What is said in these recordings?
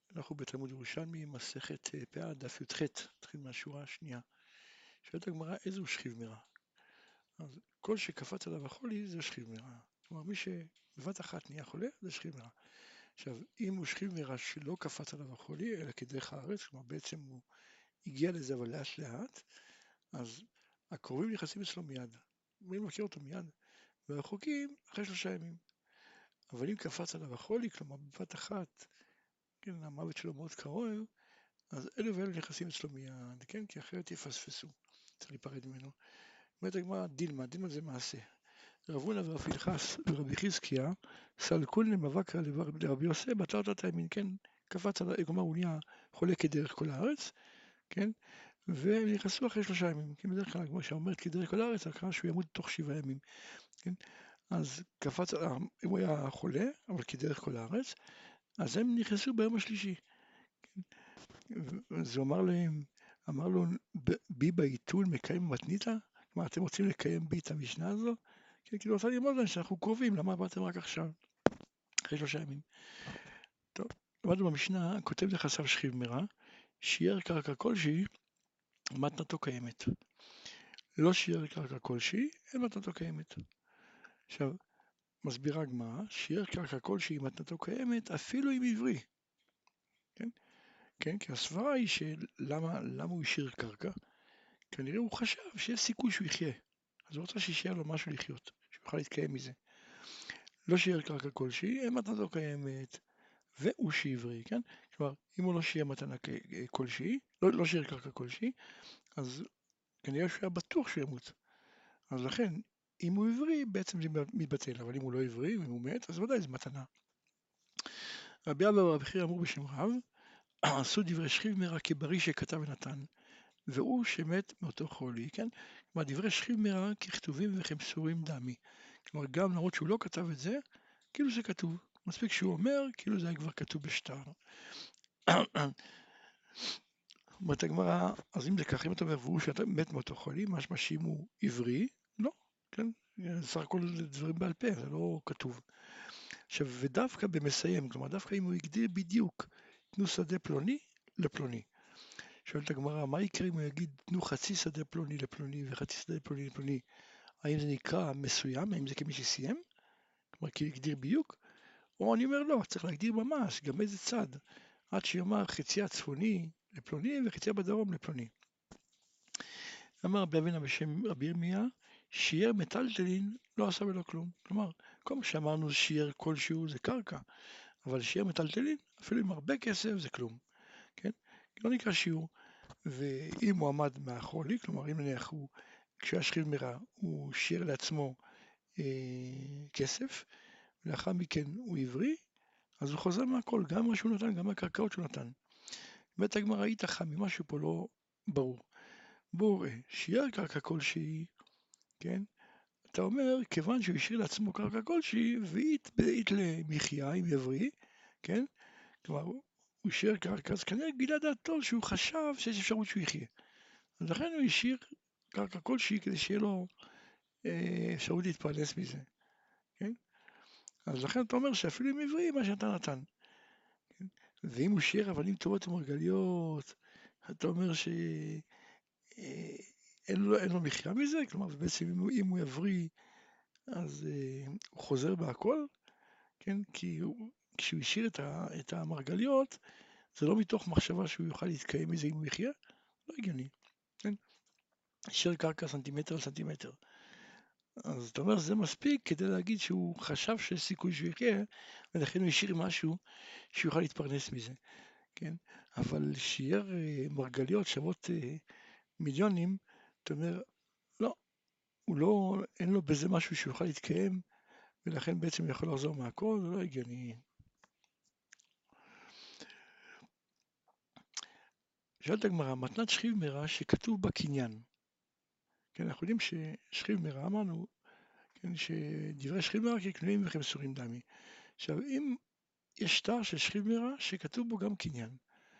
אנחנו בתלמוד ירושלמי, מסכת פאה, דף י"ח, נתחיל מהשורה השנייה. שואלת הגמרא, איזהו שכיב מרע? אז כל שקפץ עליו החולי זה שכיב מרע. כלומר, מי שבבת אחת נהיה חולה זה שכיב מרע. עכשיו, אם הוא שכיב מרע שלא קפץ עליו החולי, אלא כדרך הארץ, כלומר בעצם הוא הגיע לזה אבל לאט לאט, אז הקרובים נכנסים אצלו מיד. מי מכיר אותו מיד? והרחוקים אחרי 3 ימים. אבל אם קפץ עליו החולי, כלומר בבת אחת, כן, המוות שלו מאוד קרוב, אז אלו ואלו נכנסים אצלו מיד, כן? כי אחרת יפספסו, צריך להיפרד ממנו. אומרת הגמרא, דילמה, דילמה זה מעשה. רב הונא ורב פנחס ורבי חזקיה סלקון למבקרא לרבי יוסי בתרת הימין, כן? קפץ על, כלומר הוא נהיה חולה כדרך כל הארץ, כן? והם נכנסו אחרי 3 ימים, כי בדרך כלל כמו שאומרת כדרך כל הארץ, הכוונה שהוא ימות תוך 7 ימים, כן? אז קפץ, אם הוא היה חולה, אבל כדרך כל הארץ, אז הם נכנסו ביום השלישי. אז הוא אמר לו, בי בעיתון מקיים מתניתא? כלומר, אתם רוצים לקיים בי את המשנה הזו? כן, כאילו, רצה ללמוד להם שאנחנו קרובים, למה באתם רק עכשיו? אחרי 3 ימים. טוב, למדנו במשנה, כותב לך סב שכיב מרע, שיער קרקע כלשהי, מתנתו קיימת. לא שיער קרקע כלשהי, אין מתנתו קיימת. עכשיו, מסבירה הגמרא, שיער קרקע כלשהי, מתנתו קיימת, אפילו אם עברי. כן? כן, כי הסברה היא למה הוא השאיר קרקע? כנראה הוא חשב שיש סיכוי שהוא יחיה, אז הוא רצה שישאר לו משהו לחיות, שהוא יוכל להתקיים מזה. לא שיער קרקע כלשהי, אין מתנתו קיימת, והוא שעברי, כן? כלומר, אם הוא לא שיער מתנה כלשהי, לא שיער קרקע כלשהי, אז כנראה שהוא היה בטוח שהוא ימות. אז לכן, אם הוא עברי, בעצם זה מתבטל, אבל אם הוא לא עברי, אם הוא מת, אז ודאי זה מתנה. רבי אבא ורבי חייא אמרו בשם רב, עשו דברי שכיב מרע כבריא שכתב ונתן. והוא שמת מאותו חולי, כן? כלומר, דברי שכיב מרע ככתובים וכמסורים דמי. כלומר, גם למרות שהוא לא כתב את זה, כאילו זה כתוב. מספיק שהוא אומר, כאילו זה היה כבר כתוב בשטר. אומרת הגמרא, אז אם זה ככה, אם אתה אומר, והוא שמת מאותו חולי, משמע שאם הוא עברי, לא, כן? זה סך הכל דברים בעל פה, זה לא כתוב. עכשיו, ודווקא במסיים, כלומר, דווקא אם הוא הגדיר בדיוק, תנו שדה פלוני לפלוני. שואלת הגמרא, מה יקרה אם הוא יגיד, תנו חצי שדה פלוני לפלוני וחצי שדה פלוני לפלוני? האם זה נקרא מסוים? האם זה כמי שסיים? כלומר, כי הגדיר בדיוק? או אני אומר לא, צריך להגדיר ממש, גם איזה צד. עד שיאמר חצי הצפוני לפלוני וחצי בדרום לפלוני. אמר רבי אבינה בשם רבי ירמיה, שיער מטלטלין לא עשה ולא כלום. כלומר, כל מה שאמרנו שיער כלשהו זה קרקע, אבל שיער מטלטלין, אפילו עם הרבה כסף זה כלום. כן? לא נקרא שיעור. ואם הוא עמד מהחולי, כלומר אם נניח הוא, כשהוא היה שכיב מרע, הוא שיער לעצמו כסף, ולאחר מכן הוא עברי, אז הוא חוזר מהכל, גם מה שהוא נתן, גם מהקרקעות שהוא נתן. באמת הגמרא איתך ממשהו פה לא ברור. בואו ראה, שיער קרקע כלשהי, כן? אתה אומר, כיוון שהוא השאיר לעצמו קרקע כלשהי, ואית למחיה, אם יבריא, כן? כלומר, הוא השאיר קרקע, אז כנראה גילה דעתו שהוא חשב שיש אפשרות שהוא יחיה. אז לכן הוא השאיר קרקע כלשהי כדי שיהיה לו אפשרות להתפרנס מזה, כן? אז לכן אתה אומר שאפילו אם עברי, מה שאתה נתן. כן? ואם הוא שיר אבנים טובות ומרגליות, אתה אומר שאין לו מחיה מזה? כלומר, בעצם אם הוא יבריא, אז הוא חוזר בהכל, כן? כי כשהוא השאיר את המרגליות, זה לא מתוך מחשבה שהוא יוכל להתקיים מזה אם הוא יחיה, לא הגיוני, כן? השאיר קרקע סנטימטר על סנטימטר. אז אתה אומר, זה מספיק כדי להגיד שהוא חשב שיש סיכוי שהוא יחיה, ולכן הוא השאיר משהו שיוכל להתפרנס מזה, כן? אבל שיער מרגליות שוות מיליונים, אתה אומר, לא, אין לו בזה משהו שיוכל להתקיים, ולכן בעצם הוא יכול לחזור מהכל, זה לא הגיוני. שאלת הגמרא, מתנת שכיב מרע שכתוב בה קניין. כן, אנחנו יודעים ששכיב מרע, אמרנו, כן, שדברי שכיב מרע ככתובים וכמסורים דמי. עכשיו, אם יש שטר של שכיב מרע שכתוב בו גם קניין,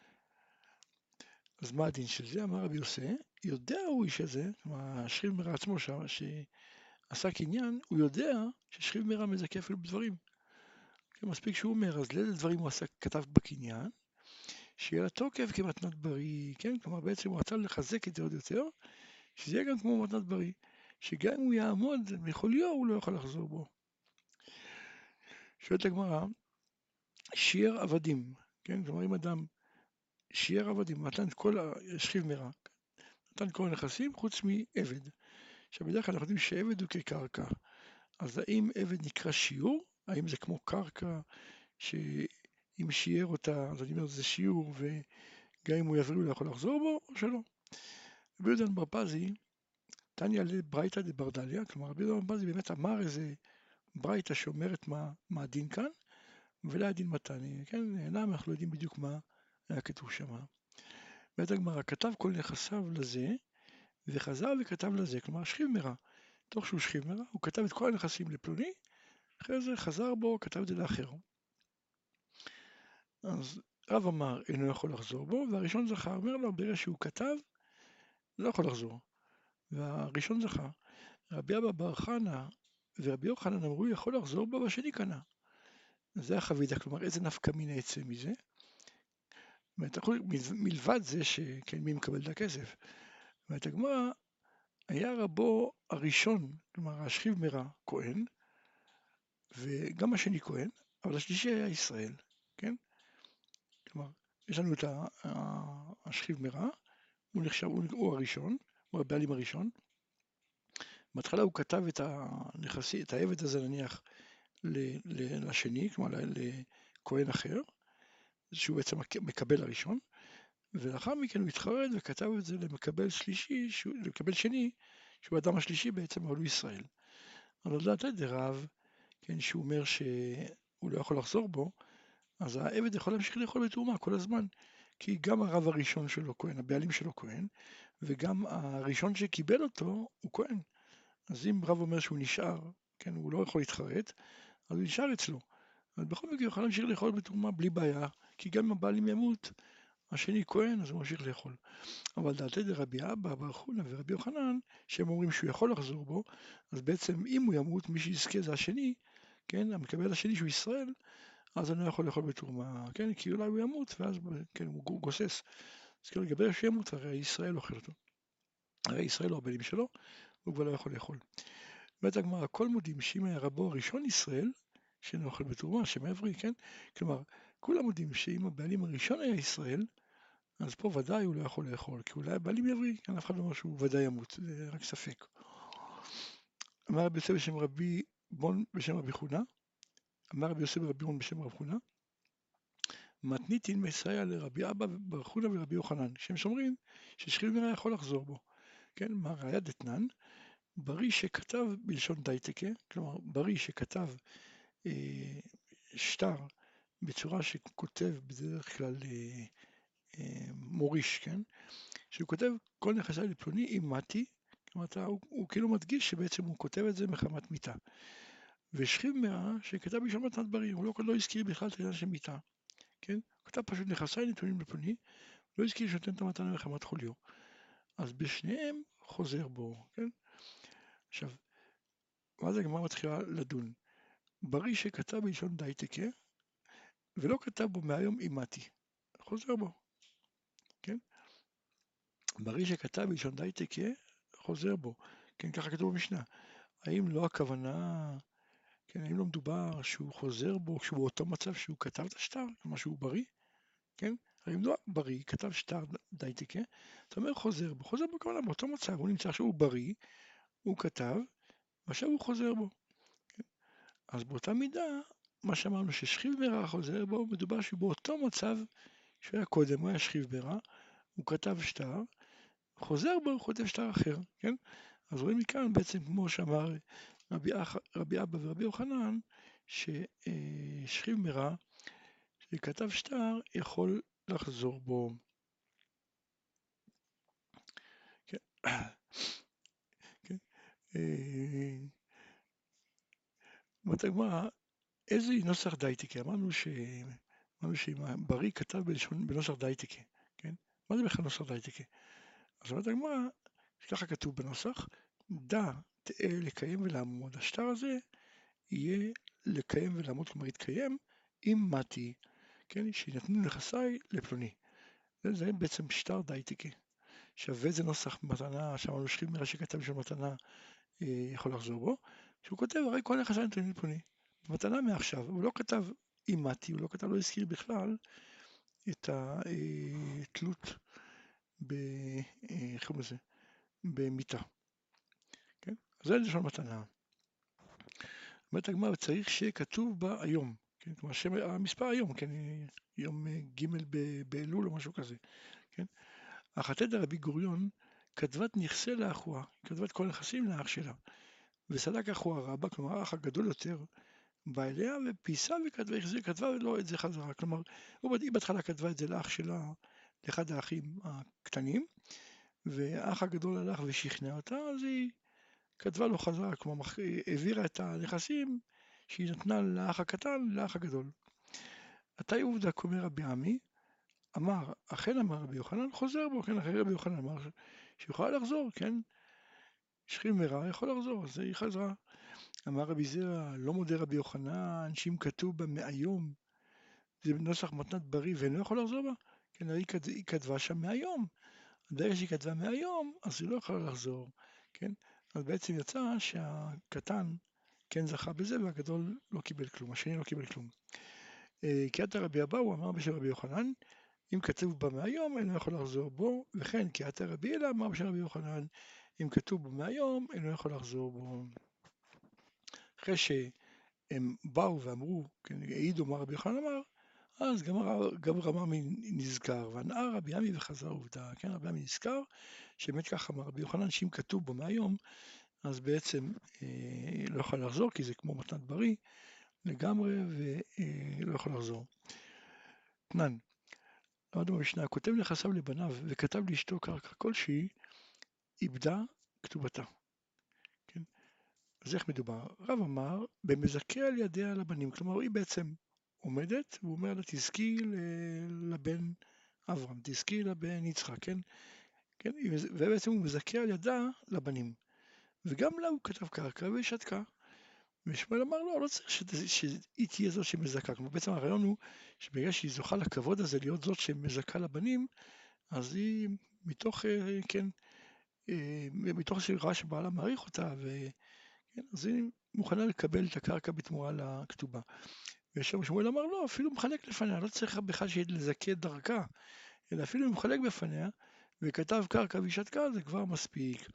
אז מה הדין של זה? אמר רבי יוסי, יודע הוא איש הזה, כלומר, השכיב מרע עצמו שעשה קניין, הוא יודע ששכיב מרע מזכה אפילו בדברים. כן, מספיק שהוא אומר, אז לאיזה דברים הוא כתב בקניין, שיהיה לה תוקף כמתנת בריא, כן? כלומר בעצם הוא רצה לחזק את זה עוד יותר, שזה יהיה גם כמו מתנת בריא, שגם אם הוא יעמוד מחוליו הוא לא יכול לחזור בו. שואלת הגמרא, שיער עבדים, כן? כלומר אם אדם שיער עבדים, נתן את כל השכיב מרע, נתן כל הנכסים חוץ מעבד. עכשיו בדרך כלל אנחנו יודעים שעבד הוא כקרקע, אז האם עבד נקרא שיעור? האם זה כמו קרקע שאם שיער אותה, אז אני אומר זה שיעור וגם אם הוא יבריא הוא לא יכול לחזור בו או שלא? רבי יהודה בר פזי, תניא לברייתא דברדליא, כלומר רבי יהודה בר פזי באמת אמר איזה ברייתא שאומרת מה הדין כאן, ולא הדין מתני, כן? למה אנחנו לא יודעים בדיוק מה היה כתוב שם. אומרת הגמרא, כתב כל נכסיו לזה, וחזר וכתב לזה, כלומר שכיב מרע. תוך שהוא שכיב מרע, הוא כתב את כל הנכסים לפלוני, אחרי זה חזר בו, כתב את זה לאחר. אז רב אמר, אינו יכול לחזור בו, והראשון זכה, אומר לו, ברגע שהוא כתב, לא יכול לחזור. והראשון זכה. רבי אבא בר חנא ורבי יוחנן אמרו, יכול לחזור בו, והשני קנה. זה החבידה, כלומר, איזה נפקא מינה יצא מזה? מלבד זה שכן, מי מקבל את הכסף. ואת הגמרא, היה רבו הראשון, כלומר השכיב מרע כהן, וגם השני כהן, אבל השלישי היה ישראל, כן? כלומר, יש לנו את השכיב מרע, הוא נחשב, הוא הראשון, הוא הבעלים הראשון. בהתחלה הוא כתב את הנכסי, את העבד הזה נניח לשני, כלומר לכהן אחר, שהוא בעצם מקבל הראשון, ולאחר מכן הוא התחרד וכתב את זה למקבל שלישי, למקבל שני, שהוא האדם השלישי בעצם, אבל הוא ישראל. אבל לדעת דרב, כן, שהוא אומר שהוא לא יכול לחזור בו, אז העבד יכול להמשיך לאכול בתרומה כל הזמן, כי גם הרב הראשון שלו כהן, הבעלים שלו כהן, וגם הראשון שקיבל אותו הוא כהן. אז אם רב אומר שהוא נשאר, כן, הוא לא יכול להתחרט, אז הוא נשאר אצלו. אבל בכל מקרה הוא יכול להמשיך לאכול בתרומה בלי בעיה, כי גם אם הבעלים ימות, השני כהן, אז הוא ממשיך לאכול. אבל דעתי דרבי אבא, בר חונא ורבי יוחנן, שהם אומרים שהוא יכול לחזור בו, אז בעצם אם הוא ימות, מי שיזכה זה השני, כן, המקבל השני שהוא ישראל, אז אני לא יכול לאכול בתרומה, כן, כי אולי הוא ימות, ואז כן, הוא גוסס. אז כאילו לגבי שימות, הרי ישראל אוכל אותו. הרי ישראל הוא הבעלים שלו, הוא כבר לא יכול לאכול. אומרת הגמרא, הכל מודים שאם היה רבו הראשון ישראל, שאינו אוכל בתרומה, שם עברי, כן? כלומר, כולם מודים שאם הבעלים הראשון היה ישראל, אז פה ודאי הוא לא יכול לאכול, כי אולי הבעלים יבריא, כאן אף אחד לא אומר שהוא ודאי ימות, זה רק ספק. אמר רבי יוסף בשם רבי בון בשם רבי חונה, אמר רבי יוסף רבי בון בשם רבי חונה, מתניתין מסייע לרבי אבא בר חונה ורבי יוחנן, שהם שומרים ששכיב מרע יכול לחזור בו. כן, מה ראיה דתנן? בריא שכתב בלשון דייטקה, כלומר בריא שכתב שטר בצורה שכותב בדרך כלל מוריש, כן? שהוא כותב כל נכסיי לפלוני עם מתי, כלומר הוא כאילו מדגיש שבעצם הוא כותב את זה מחמת מיתה. ושכיב מרע שכתב בלשון מתנת בריא, הוא לא הזכיר בכלל את העניין של מיתה, כן? הוא כתב פשוט נכסיי נתונים לפלוני, לא הזכיר שנותן את המתנה מחמת חוליו. אז בשניהם חוזר בו, כן? עכשיו, ואז הגמרא מתחילה לדון. בריא שכתב בלשון דייטקה, ולא כתב בו מהיום אימתי, חוזר בו, כן? בריא שכתב בלשון דייטקה, חוזר בו, כן, ככה כתוב במשנה. האם לא הכוונה, כן, האם לא מדובר שהוא חוזר בו כשהוא באותו מצב שהוא כתב את השטר, כלומר שהוא בריא, כן? האם לא בריא, כתב שטר דייטקה, אתה אומר חוזר בו כמובן באותו מצב, הוא נמצא שהוא בריא, הוא כתב, ועכשיו הוא חוזר בו. כן? אז באותה מידה, מה שאמרנו ששכיב מרע חוזר בו, מדובר שהוא באותו מצב שהוא היה קודם, הוא היה שכיב מרע, הוא כתב שטר, חוזר בו, הוא כותב שטר אחר, כן? אז רואים מכאן בעצם כמו שאמר רבי אבא ורבי יוחנן, ששכיב מרע שכתב שטר יכול לחזור בו. כן. כן. אומרת הגמרא, איזה נוסח דייטיקה? אמרנו שאם בריא כתב בנוסח דייטיקה, כן? מה זה בכלל נוסח דייטיקה? אז אומרת הגמרא, ככה כתוב בנוסח, דע תאה לקיים ולעמוד. השטר הזה יהיה לקיים ולעמוד, כלומר יתקיים עם מתי, כן? שינתנו נכסיי לפלוני. זה בעצם שטר דייטיקי. שווה זה נוסח מתנה, שאמרנו שכיב מרע שכתב בשביל מתנה יכול לחזור בו, שהוא כותב הרי כל נכסי נתונים פוני, מתנה מעכשיו, הוא לא כתב אימתי, הוא לא כתב, לא הזכיר בכלל את התלות איך קוראים לזה? במיטה, כן? אז זה לשון מתנה. אומרת הגמרא, צריך שיהיה כתוב בה היום, כן? כלומר המספר היום, כן? יום ג' באלול או משהו כזה, כן? החתן רבי גוריון כתבה את נכסי לאחוה, כתבה את כל הנכסים לאח שלה, וסלק אחוה רבא, כלומר האח הגדול יותר, בא אליה ופיסה והחזיר, כתבה לו את זה חזרה, כלומר היא בהתחלה כתבה את זה לאח שלה, לאחד האחים הקטנים, והאח הגדול הלך ושכנע אותה, אז היא כתבה לו חזרה, כלומר העבירה את הנכסים שהיא נתנה לאח הקטן, לאח הגדול. עתה עובדא קומי רבי עמי, אמר, אכן אמר רבי יוחנן, חוזר בו, כן, אחרי רבי יוחנן אמר שיוכל לחזור, כן, שכיב מרע יכול לחזור, אז היא חזרה. אמר רבי זרע, לא מודה רבי יוחנן, שאם כתוב בה מהיום, זה בנוסח מתנת בריא ואינו יכול לחזור בה, כן, היא כתבה שם מהיום, ברגע שהיא כתבה מהיום, אז היא לא יכולה לחזור, כן, אז בעצם יצא שהקטן כן זכה בזה והגדול לא קיבל כלום, השני לא קיבל כלום. כי עתה רבי אבאו אמר בשם רבי יוחנן, אם כתוב בה מהיום אינו יכול לחזור בו, וכן כי עתה רבי אלה אמר בשם רבי יוחנן, אם כתוב בו מהיום אינו יכול לחזור בו. אחרי שהם באו ואמרו, כן, העידו מה רבי יוחנן אמר, אז גם רמ"י נזכר, וענאה רבי עמי וחזר עובדה, כן, רבי עמי נזכר, שבאמת ככה אמר רבי יוחנן, שאם כתוב בו מהיום, אז בעצם לא יכול לחזור, כי זה כמו מתנת בריא לגמרי, ולא יכול לחזור. תנן, למדנו במשנה, הכותב נכסיו לבניו וכתב לאשתו קרקע כלשהי, איבדה כתובתה. כן? אז איך מדובר? רב אמר, במזכה על ידיה לבנים, כלומר היא בעצם עומדת, והוא אומר לה, תזכי לבן אברהם, תזכי לבן יצחק, כן? כן? ובעצם הוא מזכה על ידה לבנים. וגם לה הוא כתב קרקע והיא שתקה. ושמואל אמר לו, לא צריך שהיא תהיה זאת שמזכה. כלומר, בעצם הרעיון הוא שבגלל שהיא זוכה לכבוד הזה להיות זאת שמזכה לבנים, אז היא מתוך, כן, מתוך שהיא רואה שבעלה מעריך אותה, וכן, אז היא מוכנה לקבל את הקרקע בתמורה לכתובה. ושם שמואל אמר לו, אפילו מחלק לפניה, לא צריך בכלל שיהיה לזכה דרכה, אלא אפילו אם מחלק בפניה, וכתב קרקע והיא שתקה, זה כבר מספיק.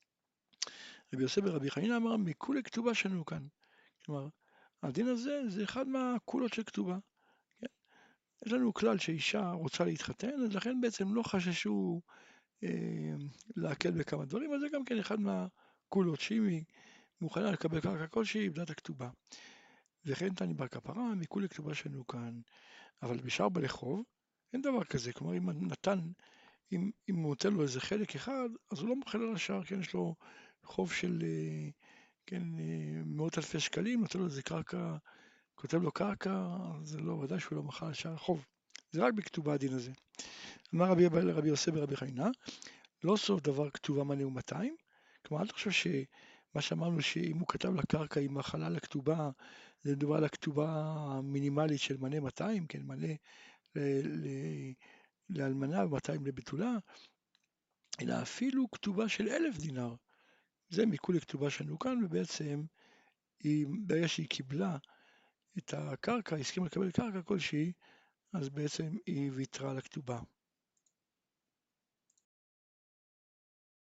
רבי יוסף ורבי חנינא אמר, מכולי כתובה שנו כאן. כלומר, הדין הזה זה אחד מהכולות של כתובה. כן? יש לנו כלל שאישה רוצה להתחתן, אז לכן בעצם לא חששו להקל בכמה דברים, אז זה גם כן אחד מהכולות, שאם היא מוכנה לקבל קרקע כלשהי, איבדה את הכתובה. וכן תני בר כפרה, מכולי כתובה שנו כאן. אבל בשאר בעלי חוב, אין דבר כזה. כלומר, אם נתן, אם הוא נותן לו איזה חלק אחד, אז הוא לא מוחל על השאר, כן, יש לו חוב של, כן, מאות אלפי שקלים, נותן לו איזה קרקע, כותב לו קרקע, זה לא, ודאי שהוא לא מוחל על שאר החוב. זה רק בכתובה הדין הזה. אמר רבי יוסף ורבי חנינא, לא סוף דבר כתובה מנה ו200, כלומר, אל תחשוב שמה שאמרנו שאם הוא כתב לקרקע עם החלה לכתובה, זה מדובר על הכתובה המינימלית של מנה 200, כן, מנה לאלמנה ו200 לבתולה, אלא אפילו כתובה של 1,000 דינר. זה מכולי כתובה שנו כאן, ובעצם ברגע שהיא קיבלה את הקרקע, הסכימה לקבל קרקע כלשהי, אז בעצם היא ויתרה על הכתובה.